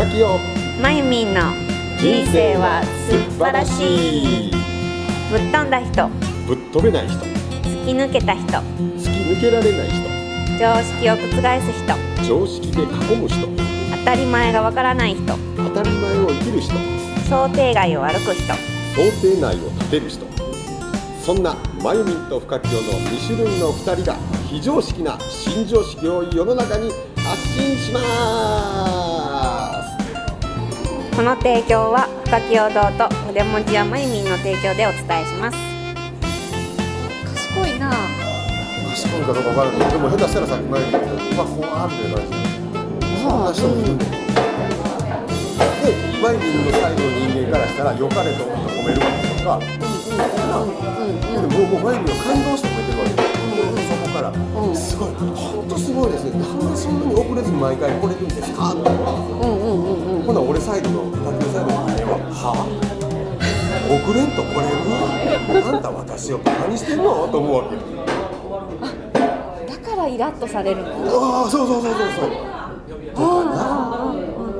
深きよまゆみんの人生は素晴らしい。ぶっ飛んだ人、 ぶっ飛べない人、 突き抜けた人、 突き抜けられない人、 常識を覆す人、 常識で囲む人、 当たり前がわからない人、 当たり前を生きる人、 想定外を歩く人、 想定内を立てる人、そんなまゆみんと深きよの2種類の2人が非常識な新常識を世の中に発信します。 この提供は深きよ堂と筆文字やまゆみんの提供でお伝えします。賢いな。 賢いかどうか分からないけど、でも下手したらさっき前に言ったように怖みたいな感じで、そんな人もいるんだよ。で、マイミンのサイドの人間からしたら良かれと思って褒めるわけとか、でもマイミンは感動して褒めてるわけ。そこからすごい、本当すごいですね。なんでそんなに遅れずに毎回来れるんですかって。ほな俺サイドの学級サイドの人間は、遅れんと来れる？あんた私をバカにしてんの？と思うわけよ。 だからイラッとされるの。 ああ、そう。とかな。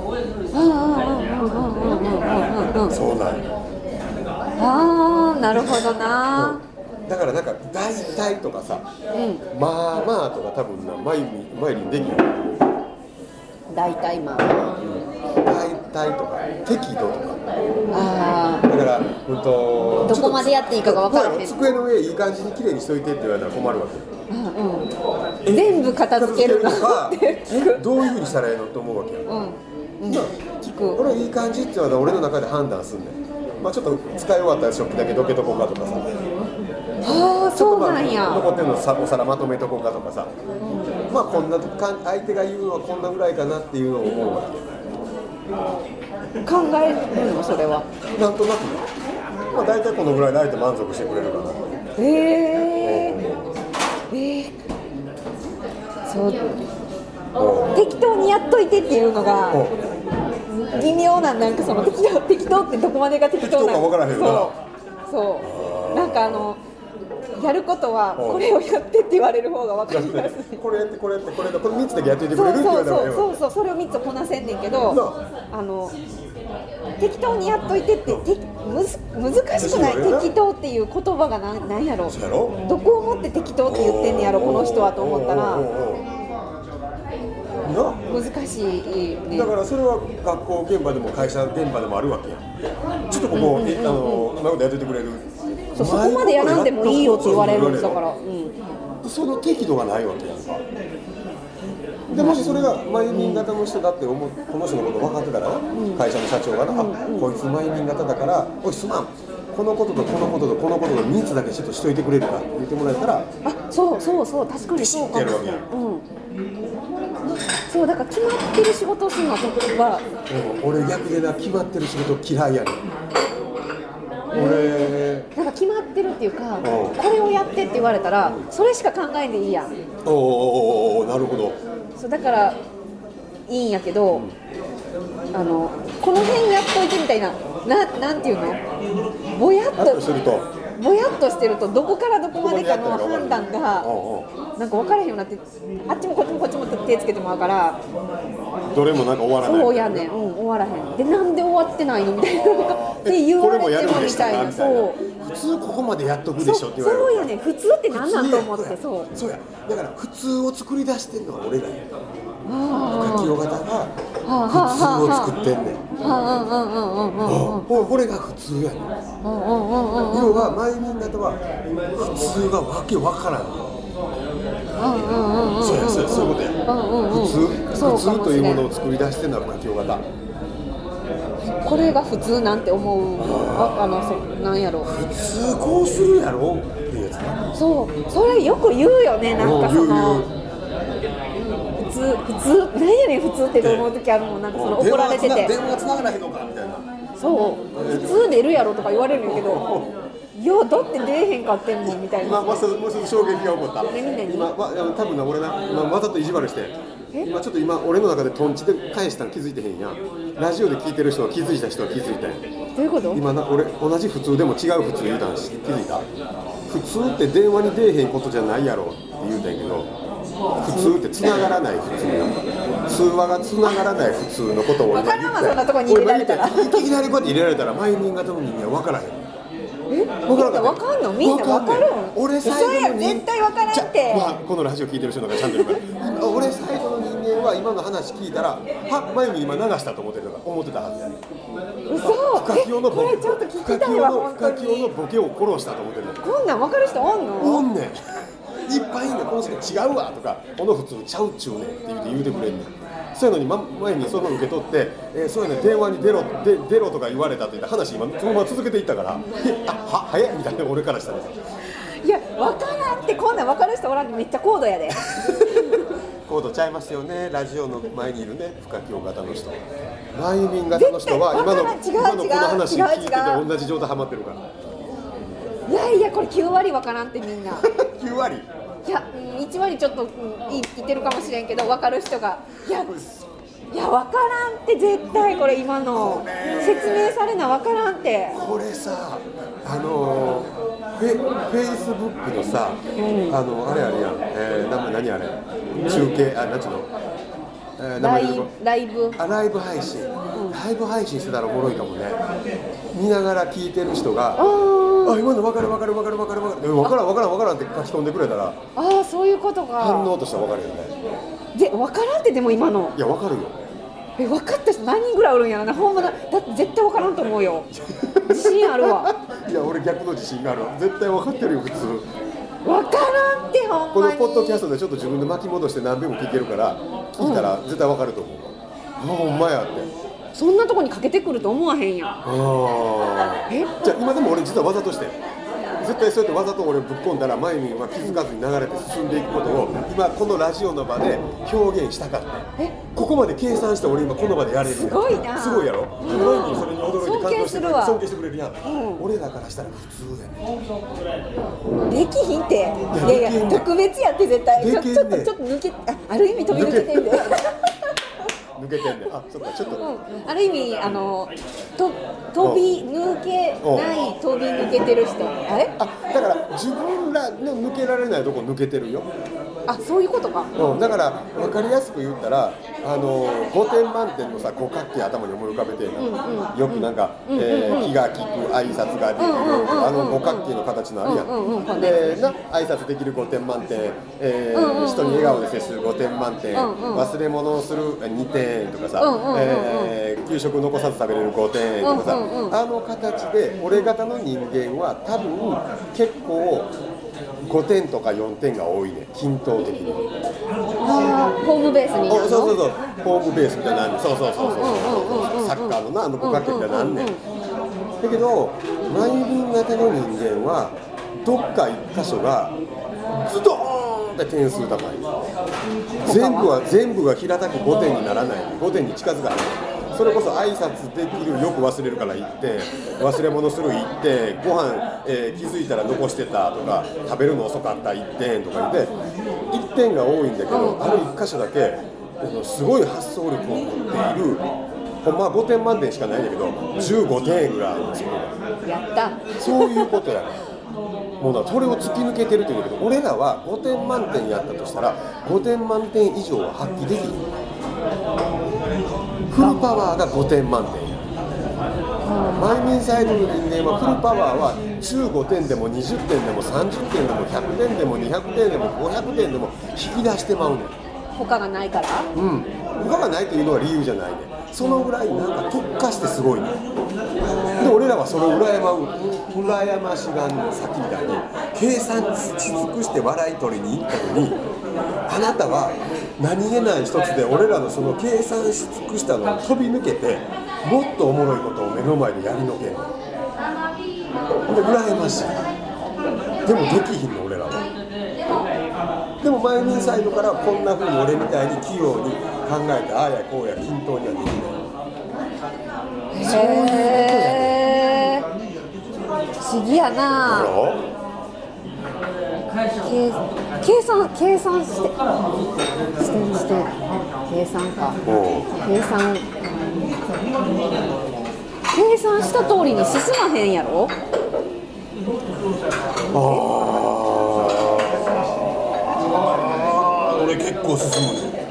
そうなんよ。 なるほどな。 だからなんか大体とかさ、まあまあとか多分なマイリンできる。 大体まあ。 大体とか適度とか。だからどこまでやっていいかが分からへん。 机の上いい感じに綺麗にしといてって言われたら困るわけ。 全部片付けるのかどういう風にしたらいいのと思うわけよ。 聞く。 俺いい感じって言われたら俺の中で判断すんねん。まあちょっと使い終わった食器だけどけとこうかとかさ。 そうなんや。 残ってるのお皿まとめとこうかとかさ。まあこんな相手が言うのはこんなぐらいかなっていうのを思うわけ。 考えるのそれは。 なんとなくまあ大体このぐらいで相手満足してくれるかな。 そう適当にやっといてっていうのが微妙な、なんかその適当ってどこまでが適当なのか分からへんよな。そうなんかやることはこれをやってって言われる方が分かりやすい。 これやってこれ3つだけやっていてくれるって言われたらそうそれを3つこなせんねんけど、適当にやっといてって難しくない？適当っていう言葉がなんやろ。どこをもって適当って言ってんねやろこの人はと思ったら難しいね。 だからそれは学校現場でも会社現場でもあるわけやん。ちょっとここうまいことやっててくれる。 そこまでやらんでもいいよって言われるんだから、 その適度がないわけやんか。でもしそれがマイミン型の人だってこの人のこと分かってたらな、会社の社長がな、こいつマイミン型だからおいすまん、このこととこのこととこのことの3つだけちょっとしといてくれるかって言ってもらえたら、 そう確かにそうかもしれない。そうだから決まってる仕事をするのは、 俺逆でな、決まってる仕事嫌いやねん。なんか決まってるっていうか、これをやってって言われたらそれしか考えんでいいやん。なるほど。 そうだからいいんやけど、この辺やっといてみたいな、なんていうの、ぼやっとしてるとどこからどこまでかの判断がなんか分からへんようになって、あっちもこっちも手つけてもらうから、 どれもなんか終わらない。 そうやねん、終わらへんで、なんで終わってないのみたいなって言われてもみたいな。 普通ここまでやっとくでしょって言われる。 そうやねん、普通って何なんと思って。 そうや、だから普通を作り出してんのは俺らや。深きよ型が普通を作ってんねん。これが普通やねん。要はマイミン型は普通がわけわからんねん。そういうことや。普通というものを作り出してるのは深きよ型。 これが普通なんて思う。なんやろ。 普通こうするやろっていうやつな。 それよく言うよね。なんかその普通何やねん普通って思う時あるもん。なんかその怒られてて電話つながらへんのかみたいな。 そう普通出るやろとか言われるんやけど、いやだって出えへんかってんもんみたいな。 もう一つ衝撃が起こった。今多分な俺なわざと意地悪して。今ちょっと俺の中でトンチで返したの気づいてへんやん。ラジオで聞いてる人は気づいた人は気づいたんや。 どういうこと？ 今俺同じ普通でも違う普通言うたんし気づいた？普通って電話に出えへんことじゃないやろって言うたんやけど、 普通ってつながらない普通なんか通話がつながらない普通のことを分からんわそんなとこに入れられたらいきなりこうやって入れられたらマイミン型の人間は分からへん。 みんな分かんの？みんな分かるん？ 俺最後の絶対分からんって。 まあこのラジオ聞いてる人なんかちゃんといるから俺最後の人間は今の話聞いたらはマユミ今流したと思ってたはずやね。 嘘。 深清のボケ、 これちょっと聞きたいわ本当に。 深清のボケを殺したと思ってるんだ。 こんなん分かる人おんの？ おんねん。いっぱいいんねん。この人違うわとかこの普通ちゃうっちゅうねんって言うてくれんねん。そういうのに前にその受け取って、そういうの電話に出ろとか言われたって言った話今そのまま続けていったから早いみたいな俺からしたらいや分からんってこんなん分かる人おらんのめっちゃ高度やで高度ちゃいますよね。ラジオの前にいるね深清型の人マユミン型の人は今のこの話聞いてて同じ状態ハマってるからいやこれ9割分からんってみんな 9割いや1割ちょっと言ってるかもしれんけど分かる人がいや分からんって絶対これ今の説明されな分からんってこれさフェイスブックのさ、あれあれやん、何あれ中継なんちゅうの、 ライブ配信、ライブ配信してたらおもろいかもね。見ながら聞いてる人が今の分かるって書き込んでくれたらそういうことか反応としては分かるよね。 で分からんってでも今のいや分かるよ。 分かった人何人ぐらいおるんやろな。ほんまだって絶対分からんと思うよ自信あるわいや俺逆の自信がある。絶対分かってるよ普通。 分からんってほんまに。 このポッドキャストでちょっと自分で巻き戻して何遍も聞けるから聞いたら絶対分かると思う。ほんまやってそんなとこにかけてくると思わへんやん。 じゃあ今でも俺実はわざとして絶対そうやってわざと俺ぶっ込んだらマユミンは気づかずに流れて進んでいくことを今このラジオの場で表現したかった。ここまで計算して俺今この場でやれる。 すごいな。 すごいやろ。マユミンそれに驚いて感動して尊敬してくれるやん。俺らからしたら普通やね。 できひんって。いや特別やって絶対。ちょっと抜けある意味飛び抜けてんで。 抜けてんねん。そっかちょっと、 ある意味飛び抜けない飛び抜けてる人あれ？ だから自分らの抜けられないとこ抜けてるよ。 そういうことか。 だから分かりやすく言ったら5点満点のさ五角形頭に思い浮かべてよくなんか気が利く挨拶ができる五角形の形のあるやん。で挨拶できる5点満点、人に笑顔で接する5点満点、忘れ物をする2点とかさ、給食残さず食べれる5点とかさ、形で俺型の人間は多分結構5点とか4点が多いね。均等的にホームベースになるの？ そうホームベースみたいな。そうサッカーのな五角形みたいなのあんねん。だけどマユミン型の人間はどっか一箇所がズドーンって点数高い。全部が平たく5点にならない。5点に近づかない。それこそ挨拶できるよく忘れるから1点、忘れ物する1点、ご飯、気づいたら残してたとか食べるの遅かった1点とか言って1点が多いんだけど、ある1箇所だけすごい発想力を持っている。ほんまは5点満点しかないんだけど15点ぐらいあるんですよ。 やった。 そういうことやね。もうだそれを突き抜けてるって言うんだけど、俺らは5点満点やったとしたら5点満点以上は発揮できる。フルパワーが5点満点や。マイミンサイドの人間はフルパワーは15点でも20点でも30点でも100点でも200点でも500点でも引き出してまうねん。 他がないから？ 他がないというのが理由じゃないね。そのぐらいなんか特化してすごいね。で俺らはそれを羨ましがんの先みたいに計算し尽くして笑い取りに行ったのに、あなたは何気ない一つで俺らのその計算し尽くしたのを飛び抜けてもっとおもろいことを目の前でやりのけんの。で羨ましい。でもできひんの俺らは。でもマユミンサイドからこんな風に俺みたいに器用に考えてああやこうや均等にはできない。 不思議やな。計算して計算か。計算した通りに進まへんやろ。 れ結構進むね。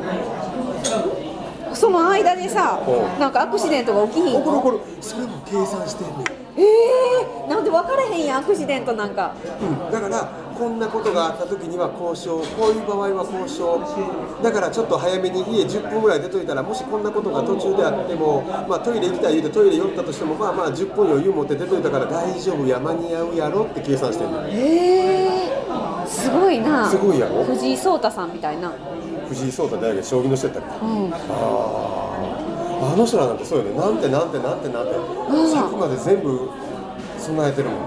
その間でさ、なんかアクシデントが起きひんの？ 起こる。それも計算してんねん。 なんで分からへんやん、アクシデントなんか。 だからこんなことがあった時には交渉、こういう場合は交渉だからちょっと早めに家10分ぐらい出といたら、もしこんなことが途中であっても、トイレ行きたい言うてトイレ寄ったとしても10分余裕持って出といたから大丈夫や、間に合うやろって計算してんの。 すごいな。 すごいやろ。 藤井聡太さんみたいな。 藤井聡太大学将棋の人やったっけ。あの人らなんてそうよね。なんて先まで全部備えてるもんね。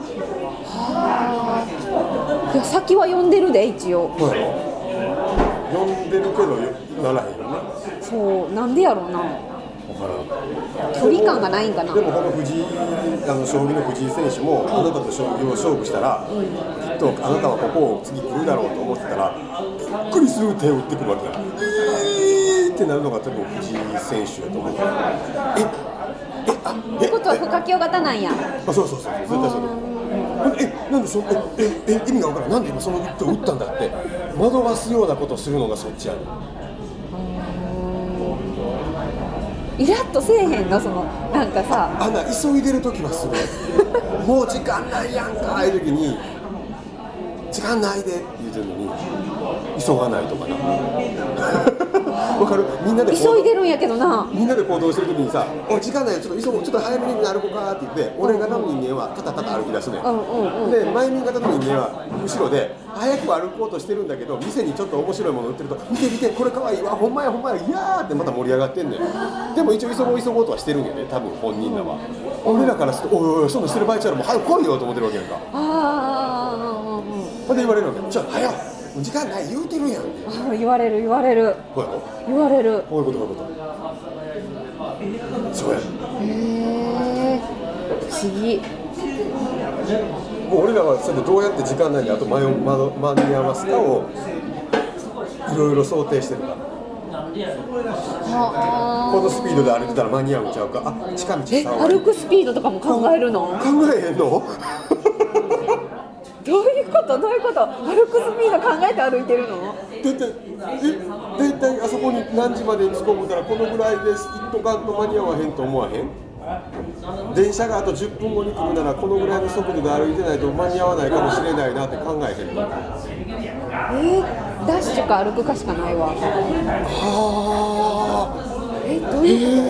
いや、先は読んでるで一応。 そうやろ。読んでるけどならへんよね。 そう、なんでやろうな。距離感がないんかな。 でもこの藤井将棋の藤井選手も、あなたと将棋を勝負したら、きっとあなたはここを次来るだろうと思ってたら、びっくりする手を打ってくるわけだ。ってなるのが多分藤井選手やと思う。 ってことは不可教型なんや。 そう絶対そうだ。なんで意味が分からん。なんで今その一手を打ったんだって惑わすようなことをするのがそっちやね。 イラッとせえへんの、そのなんかさ、 急いでる時はすごいもう時間ないやんか、ああいう時に時間ないでって言ってるのに急がないとかな。わかる？みんなで急いでるんやけどな。 みんなで行動してる時にさ、時間ないよ、ちょっと急ごう、ちょっと早めに歩こうかって言って、俺方の人間はタタタタ歩き出すねん。で前人方の人間は後ろで早く歩こうとしてるんだけど、店にちょっと面白いもの売ってると、見てこれかわいいわ、ほんまやいやーってまた盛り上がってんねん。でも一応急ごうとはしてるんやね、多分本人らは。俺らからすると、おいそんなしてる場合ちゃう、もう早く来いよと思ってるわけやんか。ほんで言われるわけ。じゃあ早っ、時間ない言うてるやん。 言われる。 こういうこと。そうや。 不思議。 もう俺らはそれでどうやって時間内にあと間に合わすかをいろいろ想定してるから。このスピードで歩いてたら間に合うんちゃうか。近道歩くスピードとかも考えるの？ 考えへんの？ どういうこと？歩くスピード考えて歩いてるの？ だいたいあそこに何時までに着こうたらこのぐらいです行っとかんと間に合わへんと思わへん？電車があと10分後に来るならこのぐらいの速度で歩いてないと間に合わないかもしれないなって考えへんの？ ダッシュか歩くかしかないわ。どう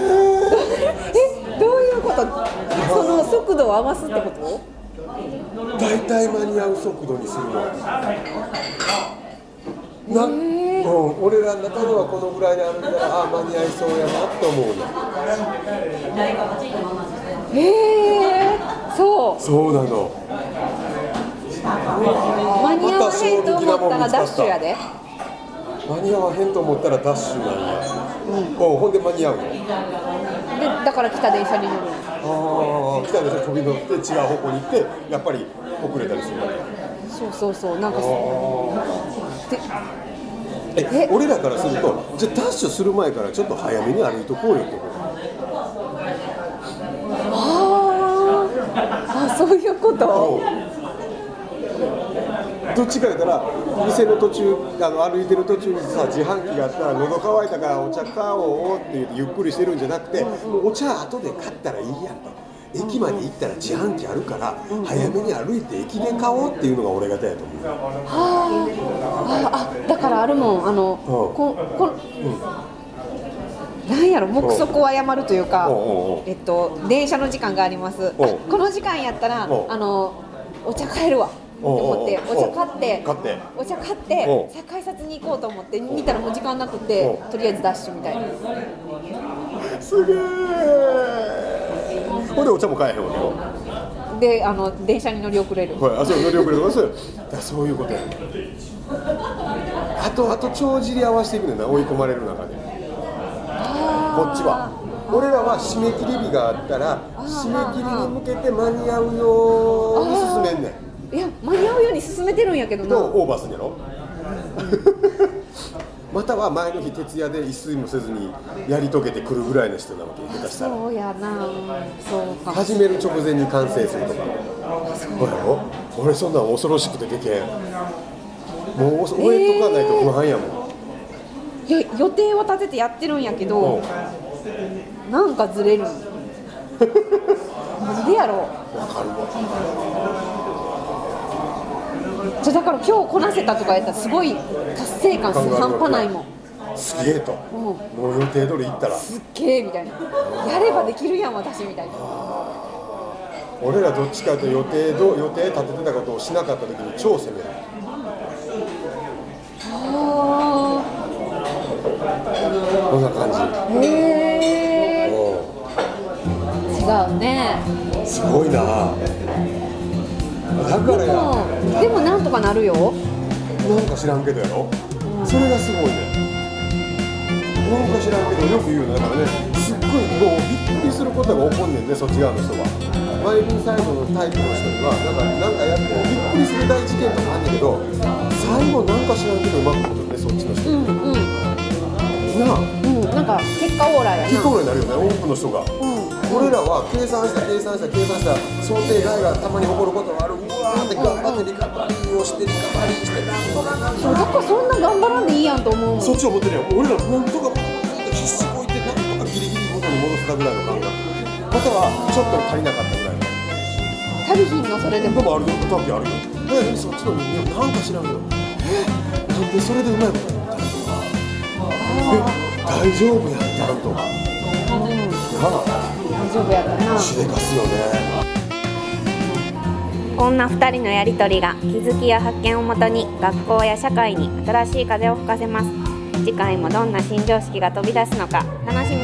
いうこと？その速度を合わすってこと？ だいたい間に合う速度にするの。俺らの中ではこのぐらいで歩いたら間に合いそうやなって思うの。そうなの。 間に合わへんと思ったらダッシュやで。 間に合わへんと思ったらダッシュなんや。ほんで間に合うの。でだから来た電車に乗る。 来た電車飛び乗って違う方向に行ってやっぱり遅れたりするわけ。 そうなんか俺らからすると、じゃあダッシュする前からちょっと早めに歩いとこうよってこと。 そういうこと？ どっちかやったら店の途中歩いてる途中にさ、自販機があったら喉乾いたからお茶買おうって言ってゆっくりしてるんじゃなくて、お茶後で買ったらいいやんと。駅まで行ったら自販機あるから早めに歩いて駅で買おうっていうのが俺方やと思う。 だからあるもん、なんやろ、目測を誤るというか、電車の時間があります。この時間やったらお茶買えるわと思ってお茶買ってさ改札に行こうと思って見たらもう時間なくて、とりあえずダッシュみたいな。 すげえ。ほんでお茶も買えへんわけよ。 で電車に乗り遅れる。 そう乗り遅れる。そういうことやね。あと帳尻合わせていくねんな、追い込まれる中で。こっちは俺らは締め切り日があったら締め切りに向けて間に合うように進めんねん。 いや間に合うように進めてるんやけどな。 オーバーすんやろ。または前の日徹夜で一睡もせずにやり遂げてくるぐらいの人なわけ、下手したら。 そうやな。そうか。 始める直前に完成するとか。そうやろ。俺そんなん恐ろしくてでけん。 もう終えとかないと不安やもん、 いや予定を立ててやってるんやけど、なんかずれるんなんでやろう。 わかるわ。 じゃだから今日こなせたとかやったらすごい達成感半端ないもん。 すげえと、もう予定通り行ったらすっげえみたいな、やればできるやん私みたいな。 俺らどっちかというと予定立ててたことをしなかった時に超責める。こんな感じ。 へえ。違うね。 すごいな。だからや。 でもなんとかなるよ。 なんか知らんけどやろ。それがすごいね。なんか知らんけどよく言うのだからね。すっごいもうびっくりすることが起こんねんね、そっち側の人は。マイリンサイドのタイプの人にはなんかやってびっくりする大事件とかあんねんけど、最後なんか知らんけどうまくいくね、そっちの人。なあ。 なんか結果オーラやな。 結果オーラになるよね、多くの人が。俺らは計算した想定外がたまに起こることがある。うわーって頑張ってリカバリーをしてなんとかなる。 そうだからそんな頑張らんでいいやんと思うもん。 そっちを思ってるやん。俺らなんとか必死こいてなんとかギリギリ元に戻せたぐらいの感覚、またはちょっと足りなかったぐらいの。 足りひんのそれでも。 でもあるよ、時あるよ。でそっちの人間なんか知らんけど、なんでそれでうまいこと言ったの？大丈夫やんちゃんと。 大丈夫やったな。 しでかすよね。 こんな2人のやりとりが気づきや発見をもとに学校や社会に新しい風を吹かせます。次回もどんな新常識が飛び出すのか楽しみ